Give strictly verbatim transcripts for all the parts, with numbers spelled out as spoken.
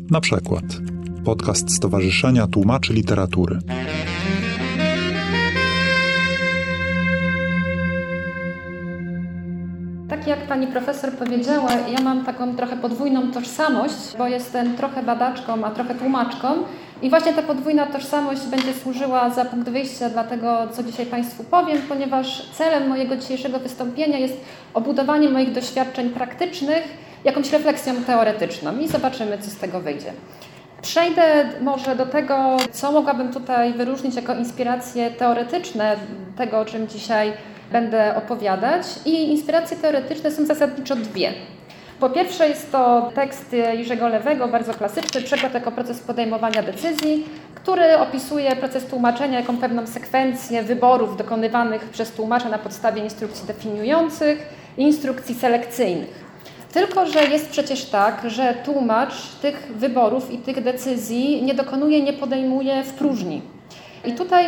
Na przykład podcast Stowarzyszenia Tłumaczy Literatury. Tak jak pani profesor powiedziała, ja mam taką trochę podwójną tożsamość, bo jestem trochę badaczką, a trochę tłumaczką. I właśnie ta podwójna tożsamość będzie służyła za punkt wyjścia dla tego, co dzisiaj Państwu powiem, ponieważ celem mojego dzisiejszego wystąpienia jest obudowanie moich doświadczeń praktycznych jakąś refleksją teoretyczną i zobaczymy, co z tego wyjdzie. Przejdę może do tego, co mogłabym tutaj wyróżnić jako inspiracje teoretyczne tego, o czym dzisiaj będę opowiadać. I inspiracje teoretyczne są zasadniczo dwie. Po pierwsze jest to tekst Jerzego Lewego, bardzo klasyczny, przykład jako proces podejmowania decyzji, który opisuje proces tłumaczenia jako pewną sekwencję wyborów dokonywanych przez tłumacza na podstawie instrukcji definiujących i instrukcji selekcyjnych. Tylko że jest przecież tak, że tłumacz tych wyborów i tych decyzji nie dokonuje, nie podejmuje w próżni. I tutaj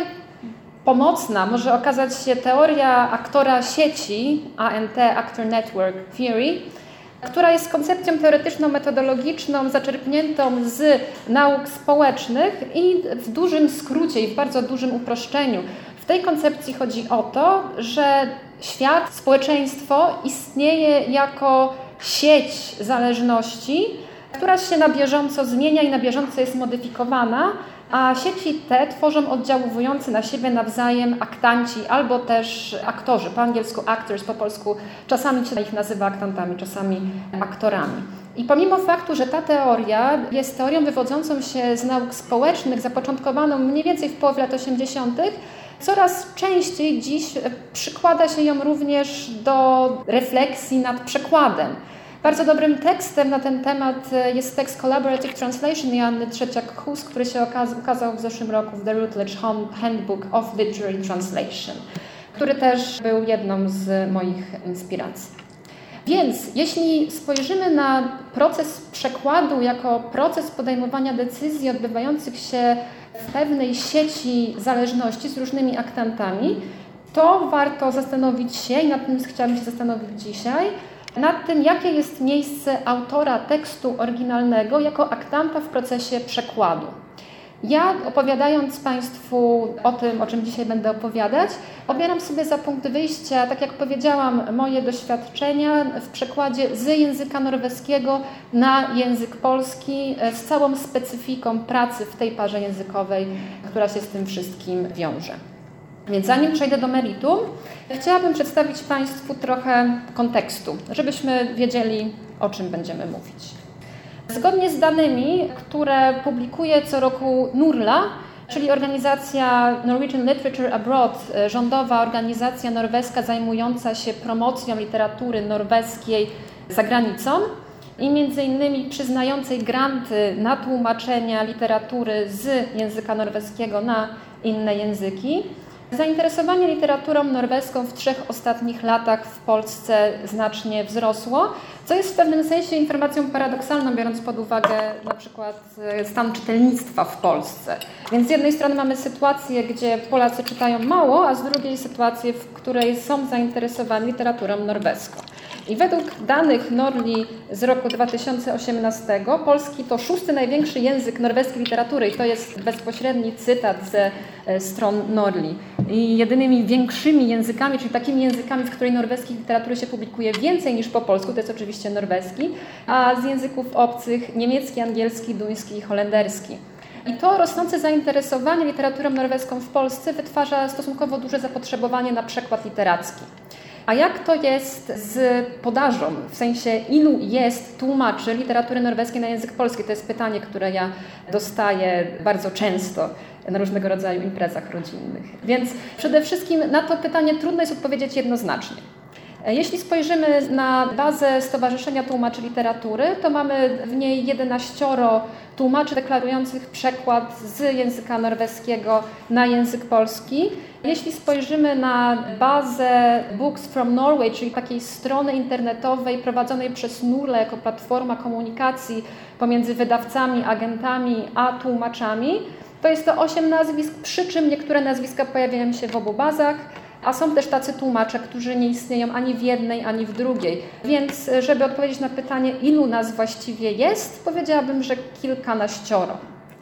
pomocna może okazać się teoria aktora sieci, A N T, Actor Network Theory, która jest koncepcją teoretyczną, metodologiczną, zaczerpniętą z nauk społecznych i w dużym skrócie i w bardzo dużym uproszczeniu. W tej koncepcji chodzi o to, że świat, społeczeństwo istnieje jako sieć zależności, która się na bieżąco zmienia i na bieżąco jest modyfikowana, a sieci te tworzą oddziaływujący na siebie nawzajem aktanci albo też aktorzy, po angielsku actors, po polsku czasami się ich nazywa aktantami, czasami aktorami. I pomimo faktu, że ta teoria jest teorią wywodzącą się z nauk społecznych, zapoczątkowaną mniej więcej w połowie lat osiemdziesiątych, coraz częściej dziś przykłada się ją również do refleksji nad przekładem. Bardzo dobrym tekstem na ten temat jest tekst Collaborative Translation Joanny Trzeciak-Hus, który się ukazał w zeszłym roku w The Routledge Handbook of Literary Translation, który też był jedną z moich inspiracji. Więc jeśli spojrzymy na proces przekładu jako proces podejmowania decyzji odbywających się w pewnej sieci zależności z różnymi aktantami, to warto zastanowić się, i nad tym chciałabym się zastanowić dzisiaj, nad tym, jakie jest miejsce autora tekstu oryginalnego jako aktanta w procesie przekładu. Ja, opowiadając Państwu o tym, o czym dzisiaj będę opowiadać, obieram sobie za punkt wyjścia, tak jak powiedziałam, moje doświadczenia w przekładzie z języka norweskiego na język polski z całą specyfiką pracy w tej parze językowej, która się z tym wszystkim wiąże. Więc zanim przejdę do meritum, chciałabym przedstawić Państwu trochę kontekstu, żebyśmy wiedzieli, o czym będziemy mówić. Zgodnie z danymi, które publikuje co roku NORLA, czyli organizacja Norwegian Literature Abroad, rządowa organizacja norweska zajmująca się promocją literatury norweskiej za granicą i między innymi przyznającej granty na tłumaczenia literatury z języka norweskiego na inne języki. Zainteresowanie literaturą norweską w trzech ostatnich latach w Polsce znacznie wzrosło, co jest w pewnym sensie informacją paradoksalną, biorąc pod uwagę na przykład stan czytelnictwa w Polsce. Więc z jednej strony mamy sytuację, gdzie Polacy czytają mało, a z drugiej sytuację, w której są zainteresowani literaturą norweską. I według danych NORLI z roku dwa tysiące osiemnastego polski to szósty największy język norweskiej literatury i to jest bezpośredni cytat ze stron NORLI. I jedynymi większymi językami, czyli takimi językami, w której norweskiej literatury się publikuje więcej niż po polsku, to jest oczywiście norweski, a z języków obcych niemiecki, angielski, duński i holenderski. I to rosnące zainteresowanie literaturą norweską w Polsce wytwarza stosunkowo duże zapotrzebowanie na przekład literacki. A jak to jest z podażą? W sensie, ilu jest tłumaczy literatury norweskiej na język polski? To jest pytanie, które ja dostaję bardzo często na różnego rodzaju imprezach rodzinnych. Więc przede wszystkim na to pytanie trudno jest odpowiedzieć jednoznacznie. Jeśli spojrzymy na bazę Stowarzyszenia Tłumaczy Literatury, to mamy w niej jedenaścioro tłumaczy deklarujących przekład z języka norweskiego na język polski. Jeśli spojrzymy na bazę Books from Norway, czyli takiej strony internetowej prowadzonej przez NORLA jako platforma komunikacji pomiędzy wydawcami, agentami a tłumaczami, to jest to osiem nazwisk, przy czym niektóre nazwiska pojawiają się w obu bazach. A są też tacy tłumacze, którzy nie istnieją ani w jednej, ani w drugiej. Więc żeby odpowiedzieć na pytanie, ilu nas właściwie jest, powiedziałabym, że kilkanaścioro.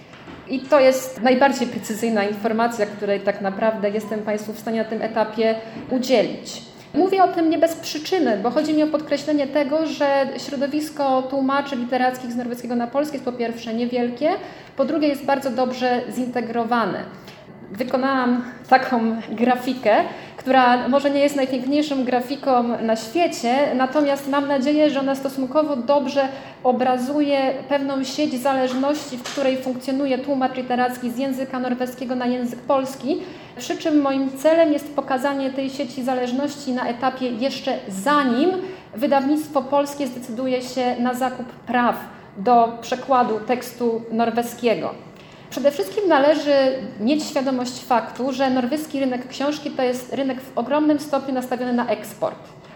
I to jest najbardziej precyzyjna informacja, której tak naprawdę jestem Państwu w stanie na tym etapie udzielić. Mówię o tym nie bez przyczyny, bo chodzi mi o podkreślenie tego, że środowisko tłumaczy literackich z norweskiego na polski jest po pierwsze niewielkie, po drugie jest bardzo dobrze zintegrowane. Wykonałam taką grafikę, która może nie jest najpiękniejszą grafiką na świecie, natomiast mam nadzieję, że ona stosunkowo dobrze obrazuje pewną sieć zależności, w której funkcjonuje tłumacz literacki z języka norweskiego na język polski, przy czym moim celem jest pokazanie tej sieci zależności na etapie jeszcze zanim wydawnictwo polskie zdecyduje się na zakup praw do przekładu tekstu norweskiego. Przede wszystkim należy mieć świadomość faktu, że norweski rynek książki to jest rynek w ogromnym stopniu nastawiony na eksport.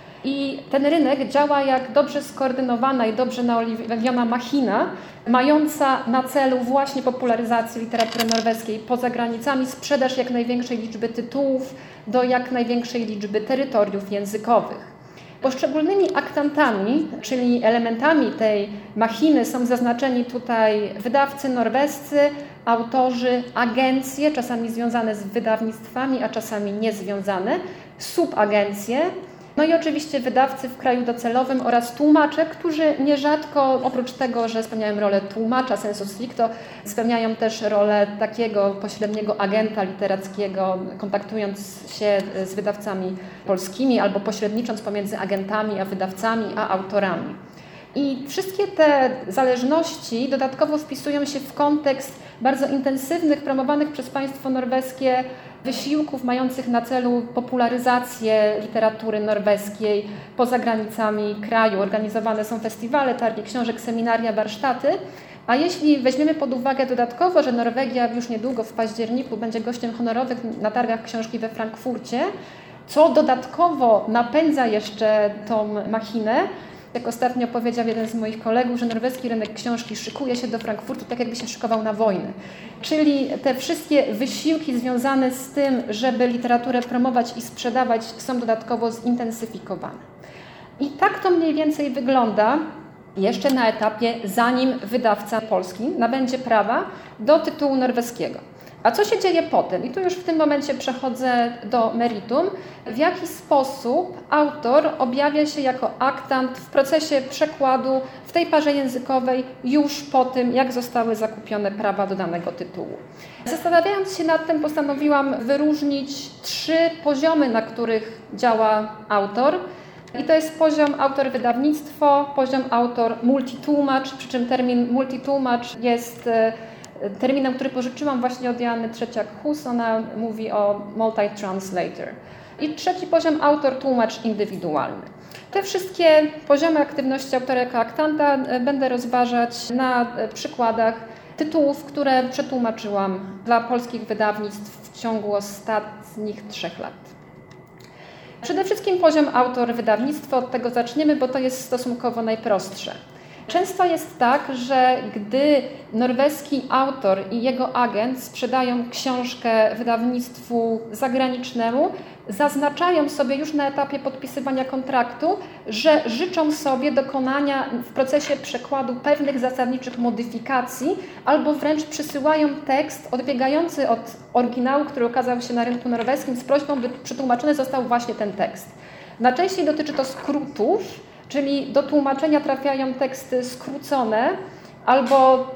I ten rynek działa jak dobrze skoordynowana i dobrze naoliwiona machina, mająca na celu właśnie popularyzację literatury norweskiej poza granicami, sprzedaż jak największej liczby tytułów do jak największej liczby terytoriów językowych. Poszczególnymi aktantami, czyli elementami tej machiny są zaznaczeni tutaj wydawcy norwescy, autorzy, agencje, czasami związane z wydawnictwami, a czasami niezwiązane, subagencje, no i oczywiście wydawcy w kraju docelowym oraz tłumacze, którzy nierzadko oprócz tego, że spełniają rolę tłumacza sensu stricto, spełniają też rolę takiego pośredniego agenta literackiego, kontaktując się z wydawcami polskimi albo pośrednicząc pomiędzy agentami a wydawcami, a autorami. I wszystkie te zależności dodatkowo wpisują się w kontekst bardzo intensywnych, promowanych przez państwo norweskie wysiłków mających na celu popularyzację literatury norweskiej poza granicami kraju. Organizowane są festiwale, targi książek, seminaria, warsztaty. A jeśli weźmiemy pod uwagę dodatkowo, że Norwegia już niedługo w październiku będzie gościem honorowym na targach książki we Frankfurcie, co dodatkowo napędza jeszcze tą machinę, jak ostatnio powiedział jeden z moich kolegów, że norweski rynek książki szykuje się do Frankfurtu tak, jakby się szykował na wojnę. Czyli te wszystkie wysiłki związane z tym, żeby literaturę promować i sprzedawać, są dodatkowo zintensyfikowane. I tak to mniej więcej wygląda jeszcze na etapie, zanim wydawca polski nabędzie prawa do tytułu norweskiego. A co się dzieje potem? I tu już w tym momencie przechodzę do meritum. W jaki sposób autor objawia się jako aktant w procesie przekładu w tej parze językowej już po tym, jak zostały zakupione prawa do danego tytułu. Zastanawiając się nad tym, postanowiłam wyróżnić trzy poziomy, na których działa autor. I to jest poziom autor-wydawnictwo, poziom autor-multitłumacz, przy czym termin multitłumacz jest terminem, który pożyczyłam właśnie od Joanny Trzeciak-Hus. Ona mówi o multi-translator. I trzeci poziom autor-tłumacz indywidualny. Te wszystkie poziomy aktywności autora jako aktanta będę rozważać na przykładach tytułów, które przetłumaczyłam dla polskich wydawnictw w ciągu ostatnich trzech lat. Przede wszystkim poziom autor-wydawnictwo, od tego zaczniemy, bo to jest stosunkowo najprostsze. Często jest tak, że gdy norweski autor i jego agent sprzedają książkę wydawnictwu zagranicznemu, zaznaczają sobie już na etapie podpisywania kontraktu, że życzą sobie dokonania w procesie przekładu pewnych zasadniczych modyfikacji albo wręcz przysyłają tekst odbiegający od oryginału, który okazał się na rynku norweskim z prośbą, by przetłumaczony został właśnie ten tekst. Najczęściej dotyczy to skrótów, czyli do tłumaczenia trafiają teksty skrócone albo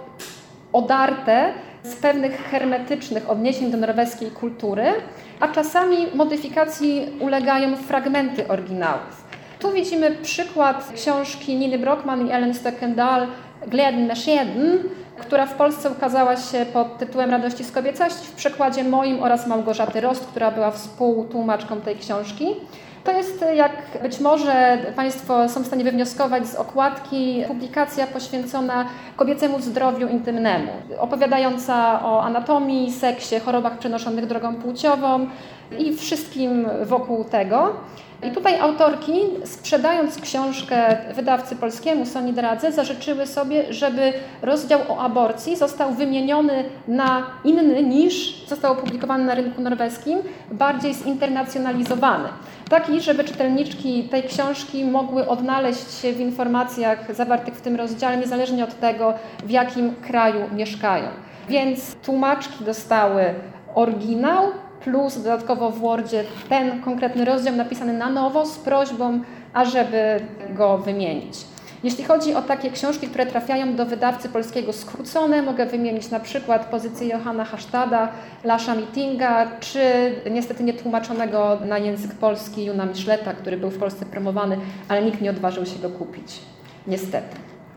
odarte z pewnych hermetycznych odniesień do norweskiej kultury, a czasami modyfikacji ulegają fragmenty oryginałów. Tu widzimy przykład książki Niny Brockmann i Ellen Støkendal Gleden med skjeden, która w Polsce ukazała się pod tytułem Radości z kobiecości w przekładzie moim oraz Małgorzaty Rost, która była współtłumaczką tej książki. To jest, jak być może Państwo są w stanie wywnioskować z okładki, publikacja poświęcona kobiecemu zdrowiu intymnemu, opowiadająca o anatomii, seksie, chorobach przenoszonych drogą płciową i wszystkim wokół tego. I tutaj autorki, sprzedając książkę wydawcy polskiemu Soni Dradze, zażyczyły sobie, żeby rozdział o aborcji został wymieniony na inny niż został opublikowany na rynku norweskim, bardziej zinternacjonalizowany. Taki, żeby czytelniczki tej książki mogły odnaleźć się w informacjach zawartych w tym rozdziale, niezależnie od tego, w jakim kraju mieszkają. Więc tłumaczki dostały oryginał, plus dodatkowo w Wordzie ten konkretny rozdział napisany na nowo z prośbą, ażeby go wymienić. Jeśli chodzi o takie książki, które trafiają do wydawcy polskiego skrócone, mogę wymienić na przykład pozycję Johanna Hasztada, Lasza Mittinga, czy niestety nietłumaczonego na język polski Juna Michleta, który był w Polsce promowany, ale nikt nie odważył się go kupić. Niestety.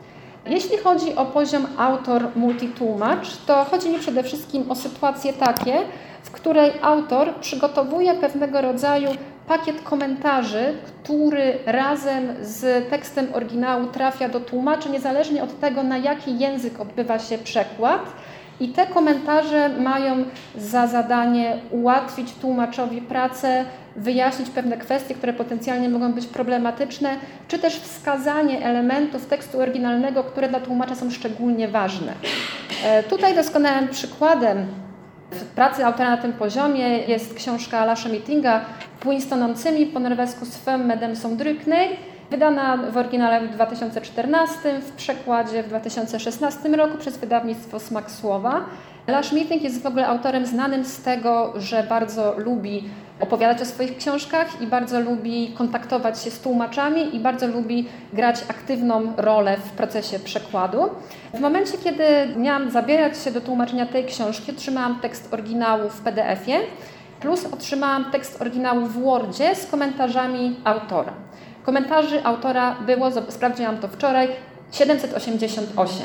Jeśli chodzi o poziom autor-multitłumacz, to chodzi mi przede wszystkim o sytuacje takie, w której autor przygotowuje pewnego rodzaju pakiet komentarzy, który razem z tekstem oryginału trafia do tłumaczy, niezależnie od tego, na jaki język odbywa się przekład. I te komentarze mają za zadanie ułatwić tłumaczowi pracę, wyjaśnić pewne kwestie, które potencjalnie mogą być problematyczne, czy też wskazanie elementów tekstu oryginalnego, które dla tłumacza są szczególnie ważne. Tutaj doskonałym przykładem pracy autora na tym poziomie jest książka Lasza Mittinga Puinstonącymi, po norwesku Svem medem som drukner, wydana w oryginale w dwa tysiące czternastym, w przekładzie w dwa tysiące szesnastym roku przez wydawnictwo Smak Słowa. Lasz Mitting jest w ogóle autorem znanym z tego, że bardzo lubi opowiadać o swoich książkach i bardzo lubi kontaktować się z tłumaczami i bardzo lubi grać aktywną rolę w procesie przekładu. W momencie, kiedy miałam zabierać się do tłumaczenia tej książki, otrzymałam tekst oryginału w P D F-ie, plus otrzymałam tekst oryginału w Wordzie z komentarzami autora. Komentarzy autora było, sprawdziłam to wczoraj, siedemset osiemdziesiąt osiem.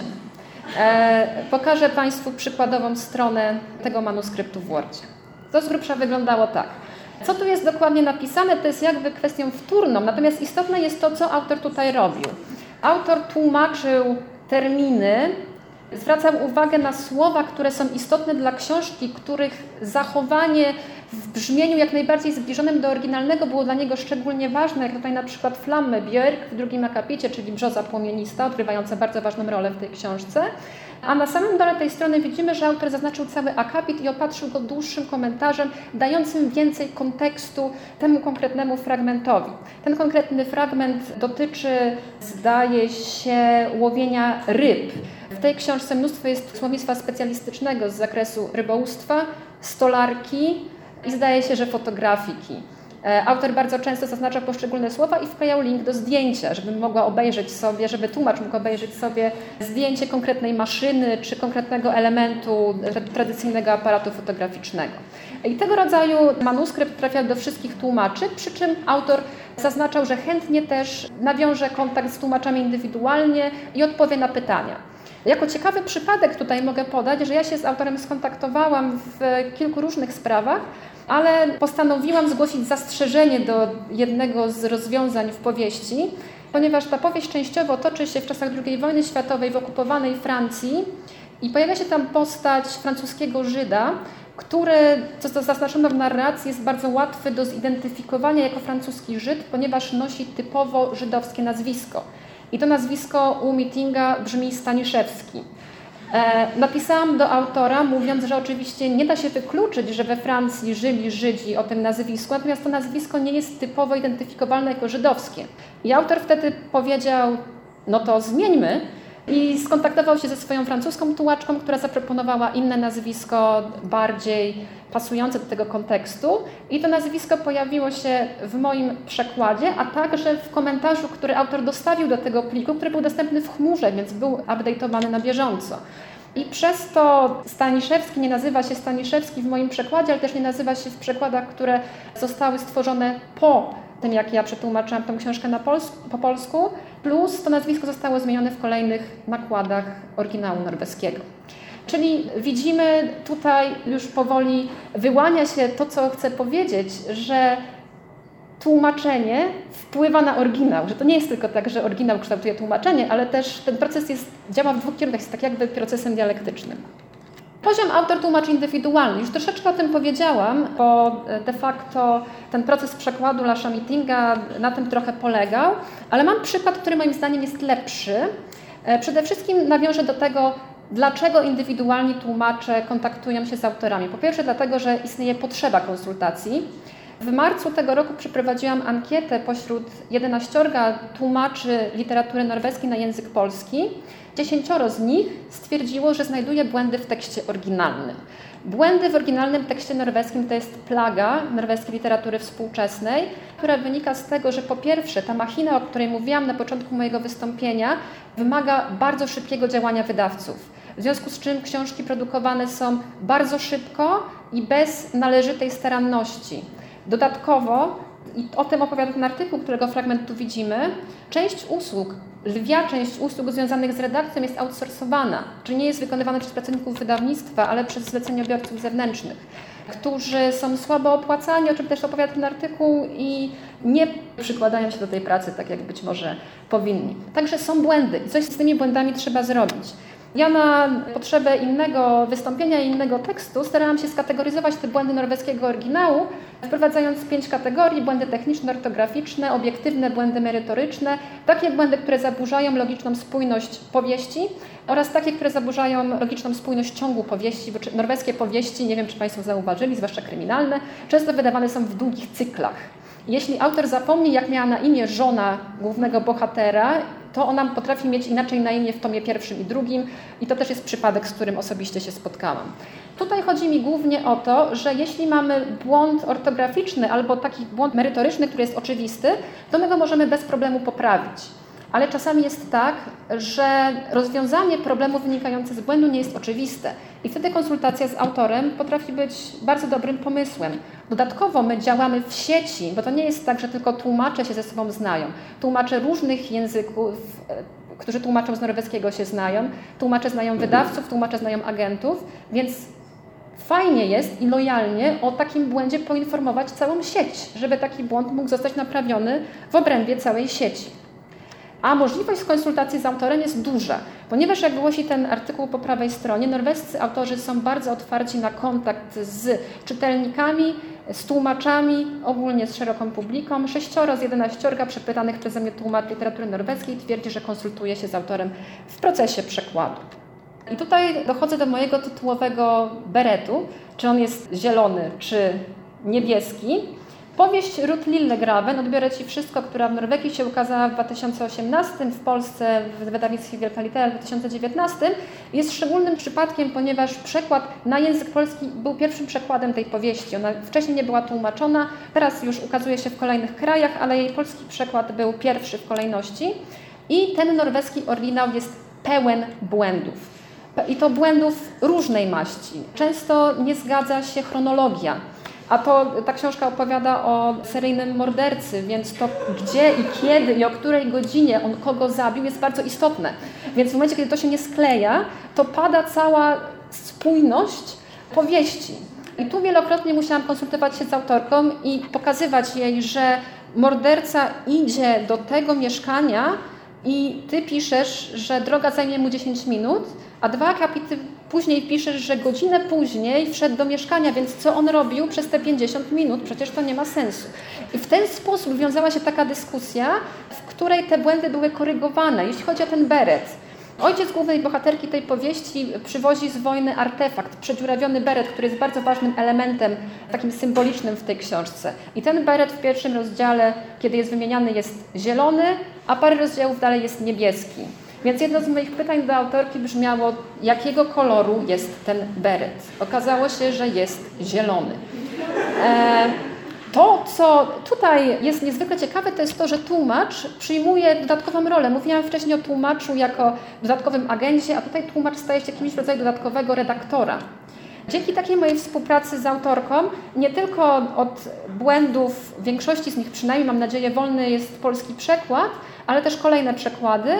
E, pokażę Państwu przykładową stronę tego manuskryptu w Wordzie. To z grubsza wyglądało tak. Co tu jest dokładnie napisane, to jest jakby kwestią wtórną, natomiast istotne jest to, co autor tutaj robił. Autor tłumaczył terminy, zwracał uwagę na słowa, które są istotne dla książki, których zachowanie w brzmieniu jak najbardziej zbliżonym do oryginalnego było dla niego szczególnie ważne, jak tutaj na przykład Flamme Björk w drugim akapicie, czyli brzoza płomienista, odgrywająca bardzo ważną rolę w tej książce. A na samym dole tej strony widzimy, że autor zaznaczył cały akapit i opatrzył go dłuższym komentarzem, dającym więcej kontekstu temu konkretnemu fragmentowi. Ten konkretny fragment dotyczy, zdaje się, łowienia ryb. W tej książce mnóstwo jest słownictwa specjalistycznego z zakresu rybołówstwa, stolarki i zdaje się, że fotografiki. Autor bardzo często zaznaczał poszczególne słowa i wklejał link do zdjęcia, żeby mogła obejrzeć sobie, żeby tłumacz mógł obejrzeć sobie zdjęcie konkretnej maszyny czy konkretnego elementu tradycyjnego aparatu fotograficznego. I tego rodzaju manuskrypt trafiał do wszystkich tłumaczy, przy czym autor zaznaczał, że chętnie też nawiąże kontakt z tłumaczami indywidualnie i odpowie na pytania. Jako ciekawy przypadek tutaj mogę podać, że ja się z autorem skontaktowałam w kilku różnych sprawach, ale postanowiłam zgłosić zastrzeżenie do jednego z rozwiązań w powieści, ponieważ ta powieść częściowo toczy się w czasach drugiej wojny światowej w okupowanej Francji i pojawia się tam postać francuskiego Żyda, który, co zaznaczono w narracji, jest bardzo łatwy do zidentyfikowania jako francuski Żyd, ponieważ nosi typowo żydowskie nazwisko. I to nazwisko u Mittinga brzmi Staniszewski. E, napisałam do autora, mówiąc, że oczywiście nie da się wykluczyć, że we Francji żyli Żydzi o tym nazwisku, natomiast to nazwisko nie jest typowo identyfikowalne jako żydowskie. I autor wtedy powiedział, no to zmieńmy, i skontaktował się ze swoją francuską tłumaczką, która zaproponowała inne nazwisko, bardziej pasujące do tego kontekstu. I to nazwisko pojawiło się w moim przekładzie, a także w komentarzu, który autor dostawił do tego pliku, który był dostępny w chmurze, więc był update'owany na bieżąco. I przez to Staniszewski nie nazywa się Staniszewski w moim przekładzie, ale też nie nazywa się w przekładach, które zostały stworzone po tym, jak ja przetłumaczyłam tę książkę na pols- po polsku, plus to nazwisko zostało zmienione w kolejnych nakładach oryginału norweskiego. Czyli widzimy tutaj już powoli wyłania się to, co chcę powiedzieć, że tłumaczenie wpływa na oryginał, że to nie jest tylko tak, że oryginał kształtuje tłumaczenie, ale też ten proces jest, działa w dwóch kierunkach, jest tak jakby procesem dialektycznym. Poziom autor-tłumacz indywidualny. Już troszeczkę o tym powiedziałam, bo de facto ten proces przekładu Lasha Meetinga na tym trochę polegał, ale mam przykład, który moim zdaniem jest lepszy. Przede wszystkim nawiążę do tego, dlaczego indywidualni tłumacze kontaktują się z autorami. Po pierwsze dlatego, że istnieje potrzeba konsultacji. W marcu tego roku przeprowadziłam ankietę pośród jedenaściorga tłumaczy literatury norweskiej na język polski. Dziesięcioro z nich stwierdziło, że znajduje błędy w tekście oryginalnym. Błędy w oryginalnym tekście norweskim to jest plaga norweskiej literatury współczesnej, która wynika z tego, że po pierwsze ta machina, o której mówiłam na początku mojego wystąpienia, wymaga bardzo szybkiego działania wydawców. W związku z czym książki produkowane są bardzo szybko i bez należytej staranności. Dodatkowo, i o tym opowiada ten artykuł, którego fragment tu widzimy, część usług, lwia część usług związanych z redakcją jest outsourcowana, czyli nie jest wykonywana przez pracowników wydawnictwa, ale przez zleceniobiorców zewnętrznych, którzy są słabo opłacani, o czym też opowiada ten artykuł i nie przykładają się do tej pracy tak, jak być może powinni. Także są błędy i coś z tymi błędami trzeba zrobić. Ja na potrzebę innego wystąpienia i innego tekstu starałam się skategoryzować te błędy norweskiego oryginału, wprowadzając pięć kategorii: błędy techniczne, ortograficzne, obiektywne, błędy merytoryczne, takie błędy, które zaburzają logiczną spójność powieści oraz takie, które zaburzają logiczną spójność ciągu powieści, bo norweskie powieści, nie wiem czy Państwo zauważyli, zwłaszcza kryminalne, często wydawane są w długich cyklach. Jeśli autor zapomni, jak miała na imię żona głównego bohatera, to ona potrafi mieć inaczej na imię w tomie pierwszym i drugim i to też jest przypadek, z którym osobiście się spotkałam. Tutaj chodzi mi głównie o to, że jeśli mamy błąd ortograficzny albo taki błąd merytoryczny, który jest oczywisty, to my go możemy bez problemu poprawić. Ale czasami jest tak, że rozwiązanie problemu wynikające z błędu nie jest oczywiste i wtedy konsultacja z autorem potrafi być bardzo dobrym pomysłem. Dodatkowo my działamy w sieci, bo to nie jest tak, że tylko tłumacze się ze sobą znają. Tłumacze różnych języków, którzy tłumaczą z norweskiego, się znają, tłumacze znają wydawców, tłumacze znają agentów, więc fajnie jest i lojalnie o takim błędzie poinformować całą sieć, żeby taki błąd mógł zostać naprawiony w obrębie całej sieci. A możliwość konsultacji z autorem jest duża, ponieważ jak głosi ten artykuł po prawej stronie, norwescy autorzy są bardzo otwarci na kontakt z czytelnikami, z tłumaczami, ogólnie z szeroką publiką. Sześcioro z jedenaściorga przepytanych przeze mnie tłumaczy literatury norweskiej twierdzi, że konsultuje się z autorem w procesie przekładu. I tutaj dochodzę do mojego tytułowego beretu, czy on jest zielony, czy niebieski. Powieść Ruth Lillegraven, Odbiorę Ci wszystko, która w Norwegii się ukazała w dwa tysiące osiemnastym, w Polsce w wydawnictwie Wielka Litera w dwa tysiące dziewiętnastym, jest szczególnym przypadkiem, ponieważ przekład na język polski był pierwszym przekładem tej powieści. Ona wcześniej nie była tłumaczona, teraz już ukazuje się w kolejnych krajach, ale jej polski przekład był pierwszy w kolejności. I ten norweski oryginał jest pełen błędów. I to błędów różnej maści. Często nie zgadza się chronologia. A to ta książka opowiada o seryjnym mordercy, więc to gdzie i kiedy i o której godzinie on kogo zabił jest bardzo istotne. Więc w momencie, kiedy to się nie skleja, to pada cała spójność powieści. I tu wielokrotnie musiałam konsultować się z autorką i pokazywać jej, że morderca idzie do tego mieszkania i ty piszesz, że droga zajmie mu dziesięć minut, a dwa akapity później piszesz, że godzinę później wszedł do mieszkania, więc co on robił przez te pięćdziesiąt minut? Przecież to nie ma sensu. I w ten sposób wiązała się taka dyskusja, w której te błędy były korygowane. Jeśli chodzi o ten beret. Ojciec głównej bohaterki tej powieści przywozi z wojny artefakt, przedziurawiony beret, który jest bardzo ważnym elementem, takim symbolicznym w tej książce. I ten beret w pierwszym rozdziale, kiedy jest wymieniany, jest zielony, a parę rozdziałów dalej jest niebieski. Więc jedno z moich pytań do autorki brzmiało, jakiego koloru jest ten beret. Okazało się, że jest zielony. E, to, co tutaj jest niezwykle ciekawe, to jest to, że tłumacz przyjmuje dodatkową rolę. Mówiłam wcześniej o tłumaczu jako dodatkowym agencie, a tutaj tłumacz staje się jakimś rodzajem dodatkowego redaktora. Dzięki takiej mojej współpracy z autorką nie tylko od błędów, w większości z nich przynajmniej mam nadzieję wolny jest polski przekład, ale też kolejne przekłady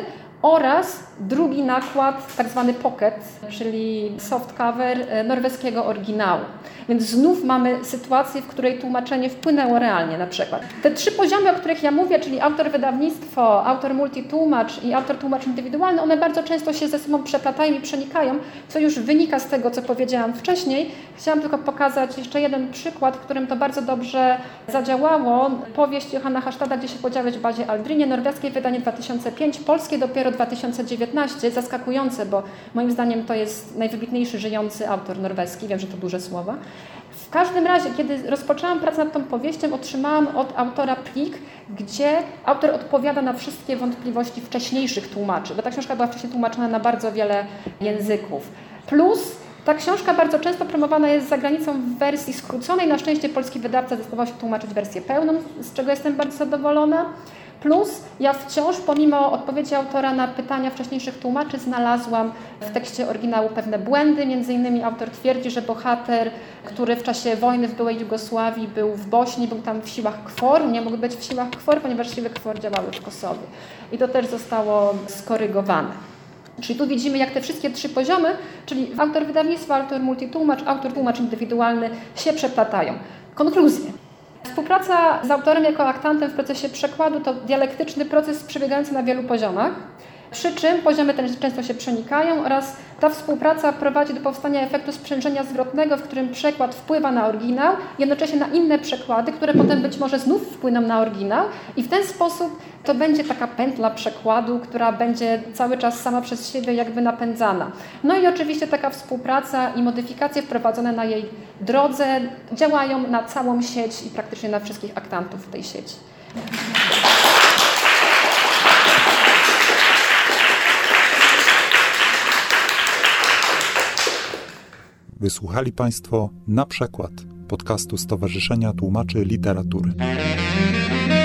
oraz drugi nakład, tak zwany pocket, czyli softcover norweskiego oryginału. Więc znów mamy sytuację, w której tłumaczenie wpłynęło realnie na przykład. Te trzy poziomy, o których ja mówię, czyli autor wydawnictwo, autor multitłumacz i autor tłumacz indywidualny, one bardzo często się ze sobą przeplatają i przenikają, co już wynika z tego, co powiedziałam wcześniej. Chciałam tylko pokazać jeszcze jeden przykład, w którym to bardzo dobrze zadziałało. Powieść Johanna Hallstada, Gdzie się podziałeś w bazie Aldrynie, norweskie wydanie dwa tysiące piąty, polskie dopiero dwa tysiące dziewiętnasty. Zaskakujące, bo moim zdaniem to jest najwybitniejszy żyjący autor norweski. Wiem, że to duże słowa. W każdym razie, kiedy rozpoczęłam pracę nad tą powieścią, otrzymałam od autora plik, gdzie autor odpowiada na wszystkie wątpliwości wcześniejszych tłumaczy, bo ta książka była wcześniej tłumaczona na bardzo wiele języków. Plus ta książka bardzo często promowana jest za granicą w wersji skróconej. Na szczęście polski wydawca zdecydował się tłumaczyć wersję pełną, z czego jestem bardzo zadowolona. Plus ja wciąż, pomimo odpowiedzi autora na pytania wcześniejszych tłumaczy, znalazłam w tekście oryginału pewne błędy. Między innymi autor twierdzi, że bohater, który w czasie wojny w byłej Jugosławii był w Bośni, był tam w siłach KFOR, nie mógł być w siłach KFOR, ponieważ siły KFOR działały w Kosowie. I to też zostało skorygowane. Czyli tu widzimy, jak te wszystkie trzy poziomy, czyli autor wydawnictwa, autor multitłumacz, autor tłumacz indywidualny się przeplatają. Konkluzje. Współpraca z autorem jako aktantem w procesie przekładu to dialektyczny proces przebiegający na wielu poziomach, przy czym poziomy te często się przenikają oraz ta współpraca prowadzi do powstania efektu sprzężenia zwrotnego, w którym przekład wpływa na oryginał, jednocześnie na inne przekłady, które potem być może znów wpłyną na oryginał i w ten sposób to będzie taka pętla przekładu, która będzie cały czas sama przez siebie jakby napędzana. No i oczywiście taka współpraca i modyfikacje wprowadzone na jej drodze działają na całą sieć i praktycznie na wszystkich aktantów w tej sieci. Wysłuchali Państwo Na przykład podcastu Stowarzyszenia Tłumaczy Literatury.